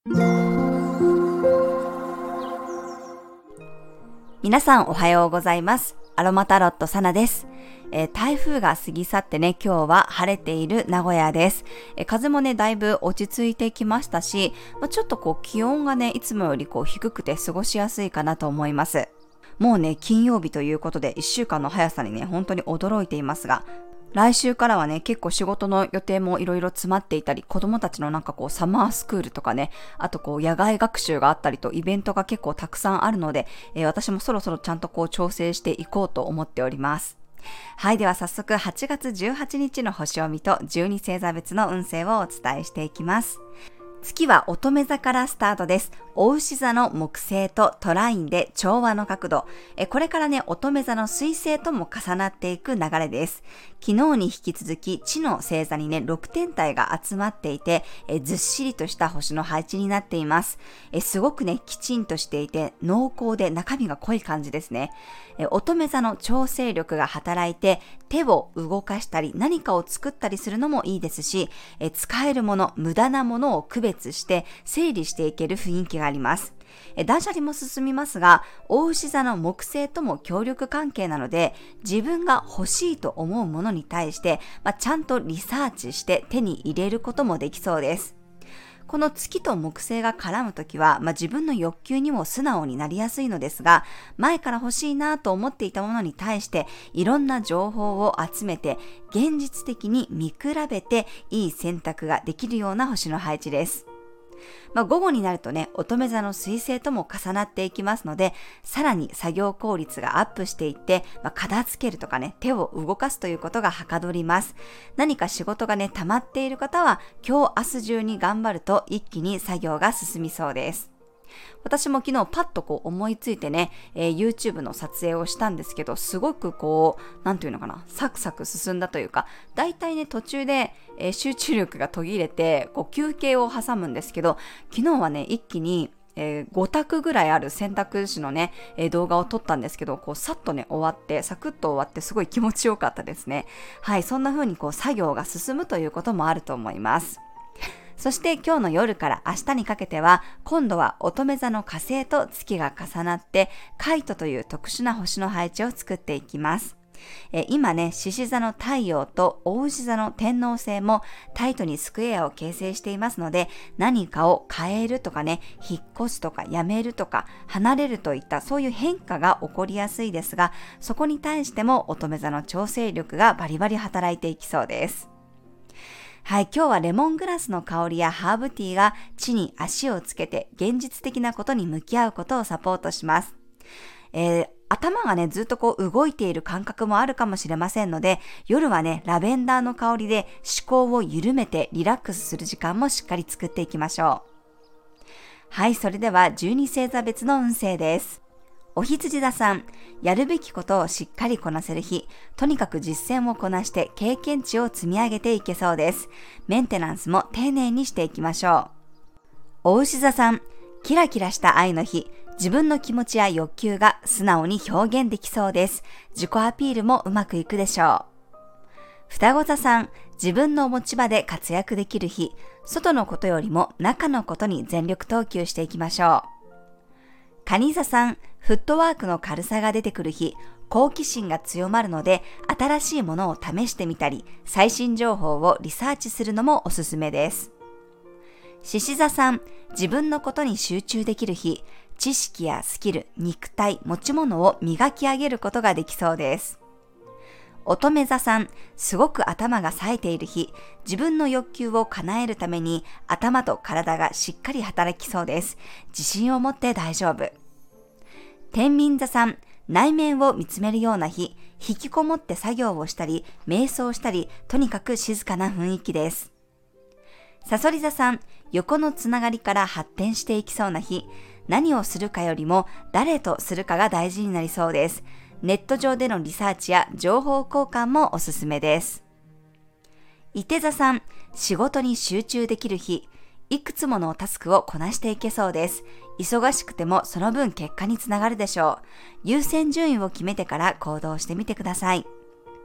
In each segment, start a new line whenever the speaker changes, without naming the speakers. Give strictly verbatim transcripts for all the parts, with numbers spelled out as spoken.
皆さんおはようございます。アロマタロットサナです。えー、台風が過ぎ去ってね、今日は晴れている名古屋です。えー、風もね、だいぶ落ち着いてきましたし、まあ、ちょっとこう気温がね、いつもよりこう低くて過ごしやすいかなと思います。もうね、金曜日ということでいっしゅうかんの速さにね、本当に驚いていますが、来週からはね、結構仕事の予定もいろいろ詰まっていたり、子供たちのなんかこうサマースクールとかね、あとこう野外学習があったりとイベントが結構たくさんあるので、えー、私もそろそろちゃんとこう調整していこうと思っております。はい、では早速はちがつじゅうはちにちの星読みとじゅうに星座別の運勢をお伝えしていきます。月は乙女座からスタートです。牡牛座の木星とトラインで調和の角度。えこれからね、乙女座の水星とも重なっていく流れです。昨日に引き続き、地の星座にね、ろくてん体が集まっていて、えずっしりとした星の配置になっています。えすごくね、きちんとしていて、濃厚で中身が濃い感じですね。え乙女座の調整力が働いて、手を動かしたり、何かを作ったりするのもいいですし、え使えるもの、無駄なものを区別して整理していける雰囲気があります。断捨離も進みますが、牡牛座の木星とも協力関係なので、自分が欲しいと思うものに対して、まあ、ちゃんとリサーチして手に入れることもできそうです。この月と木星が絡むときは、まあ、自分の欲求にも素直になりやすいのですが、前から欲しいなと思っていたものに対していろんな情報を集めて、現実的に見比べていい選択ができるような星の配置です。まあ、午後になるとね、乙女座の水星とも重なっていきますので、さらに作業効率がアップしていって、まあ、片付けるとかね、手を動かすということがはかどります。何か仕事がね、溜まっている方は、今日明日中に頑張ると一気に作業が進みそうです。私も昨日パッとこう思いついてね、えー、YouTube の撮影をしたんですけど、すごくこう、なんていうのかな、サクサク進んだというか、だいたいね、途中で、えー、集中力が途切れて、こう休憩を挟むんですけど、昨日はね、一気に、えー、ご択ぐらいある選択肢のね、えー、動画を撮ったんですけど、こうさっとね、終わって、サクッと終わってすごい気持ちよかったですね。はい、そんな風にこう作業が進むということもあると思います。そして今日の夜から明日にかけては、今度は乙女座の火星と月が重なって、カイトという特殊な星の配置を作っていきます。え今ね、獅子座の太陽と牡牛座の天王星もタイトにスクエアを形成していますので、何かを変えるとかね、引っ越すとかやめるとか離れるといったそういう変化が起こりやすいですが、そこに対しても乙女座の調整力がバリバリ働いていきそうです。はい、今日はレモングラスの香りやハーブティーが地に足をつけて現実的なことに向き合うことをサポートします。えー、頭がね、ずっとこう動いている感覚もあるかもしれませんので、夜はね、ラベンダーの香りで思考を緩めてリラックスする時間もしっかり作っていきましょう。はい、それではじゅうに星座別の運勢です。お羊座さん、やるべきことをしっかりこなせる日、とにかく実践をこなして経験値を積み上げていけそうです。メンテナンスも丁寧にしていきましょう。お牛座さん、キラキラした愛の日、自分の気持ちや欲求が素直に表現できそうです。自己アピールもうまくいくでしょう。双子座さん、自分の持ち場で活躍できる日、外のことよりも中のことに全力投球していきましょう。蟹座さん、フットワークの軽さが出てくる日、好奇心が強まるので、新しいものを試してみたり、最新情報をリサーチするのもおすすめです。獅子座さん、自分のことに集中できる日、知識やスキル、肉体、持ち物を磨き上げることができそうです。乙女座さん、すごく頭が冴えている日、自分の欲求を叶えるために頭と体がしっかり働きそうです。自信を持って大丈夫。天秤座さん、内面を見つめるような日、引きこもって作業をしたり、瞑想したり、とにかく静かな雰囲気です。蠍座さん、横のつながりから発展していきそうな日、何をするかよりも誰とするかが大事になりそうです。ネット上でのリサーチや情報交換もおすすめです。いて座さん、仕事に集中できる日、いくつものタスクをこなしていけそうです。忙しくてもその分結果につながるでしょう。優先順位を決めてから行動してみてください。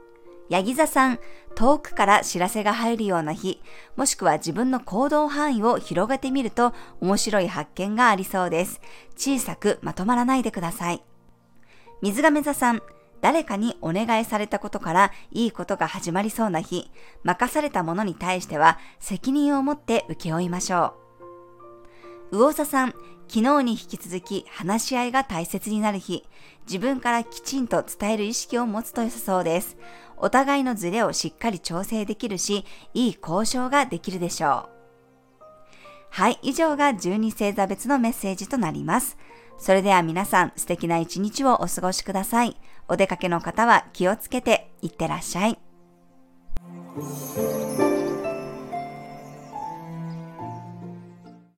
ヤギ座さん、遠くから知らせが入るような日、もしくは自分の行動範囲を広げてみると面白い発見がありそうです。小さくまとまらないでください。水亀座さん、誰かにお願いされたことからいいことが始まりそうな日、任されたものに対しては責任を持って請け負いましょう。魚座さん、昨日に引き続き話し合いが大切になる日、自分からきちんと伝える意識を持つと良さそうです。お互いのズレをしっかり調整できるし、いい交渉ができるでしょう。はい、以上がじゅうに星座別のメッセージとなります。それでは皆さん、素敵な一日をお過ごしください。お出かけの方は気をつけていってらっしゃい。